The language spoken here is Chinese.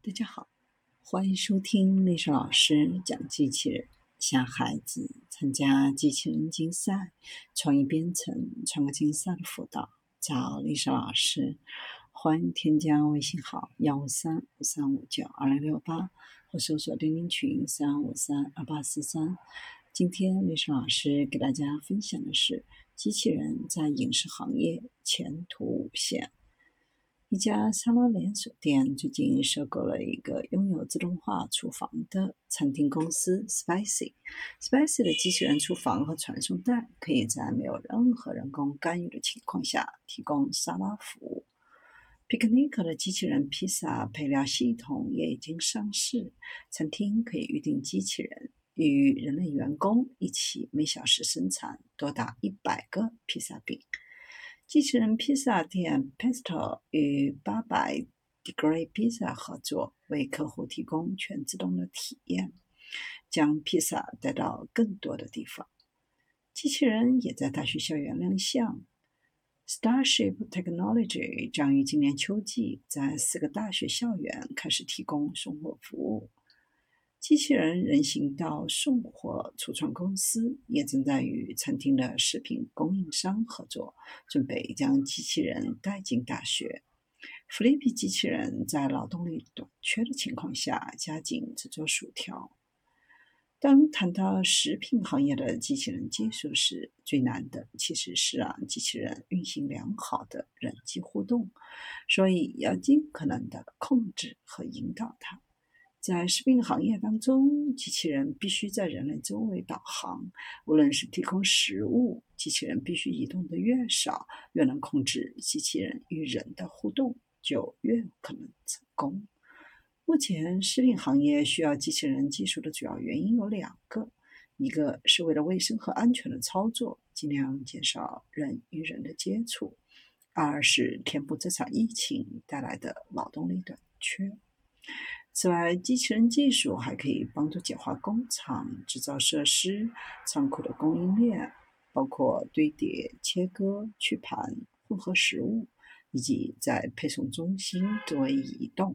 大家好，欢迎收听历史老师讲机器人，向孩子参加机器人竞赛、创意编程、创客竞赛的辅导，找历史老师。欢迎添加微信号15353592068或搜索钉钉群35532843。今天历史老师给大家分享的是机器人在影视行业前途无限。一家沙拉连锁店最近收购了一个拥有自动化厨房的餐厅公司 Spicy。Spicy 的机器人厨房和传送带可以在没有任何人工干预的情况下提供沙拉服务。Picnic 的机器人披萨配料系统也已经上市，餐厅可以预定机器人与人类员工一起每小时生产多达100个披萨饼。机器人披萨店 Pesto 与800 Degree Pizza 合作，为客户提供全自动的体验，将披萨带到更多的地方。机器人也在大学校园亮相。Starship Technology 将于今年秋季在4个大学校园开始提供送货服务。机器人人行道送货初创公司也正在与餐厅的食品供应商合作，准备将机器人带进大学。Flippy 机器人在劳动力短缺的情况下加紧制作薯条。当谈到食品行业的机器人技术时，最难的其实是让机器人运行良好的人机互动，所以要尽可能的控制和引导它。在食品行业当中，机器人必须在人类周围导航，无论是提供食物，机器人必须移动的越少，越能控制机器人与人的互动，就越有可能成功。目前食品行业需要机器人技术的主要原因有2个，一个是为了卫生和安全的操作，尽量减少人与人的接触；二是填补这场疫情带来的劳动力短缺。此外，机器人技术还可以帮助简化工厂、制造设施、仓库的供应链，包括堆叠、切割、取盘、混合食物，以及在配送中心作为移动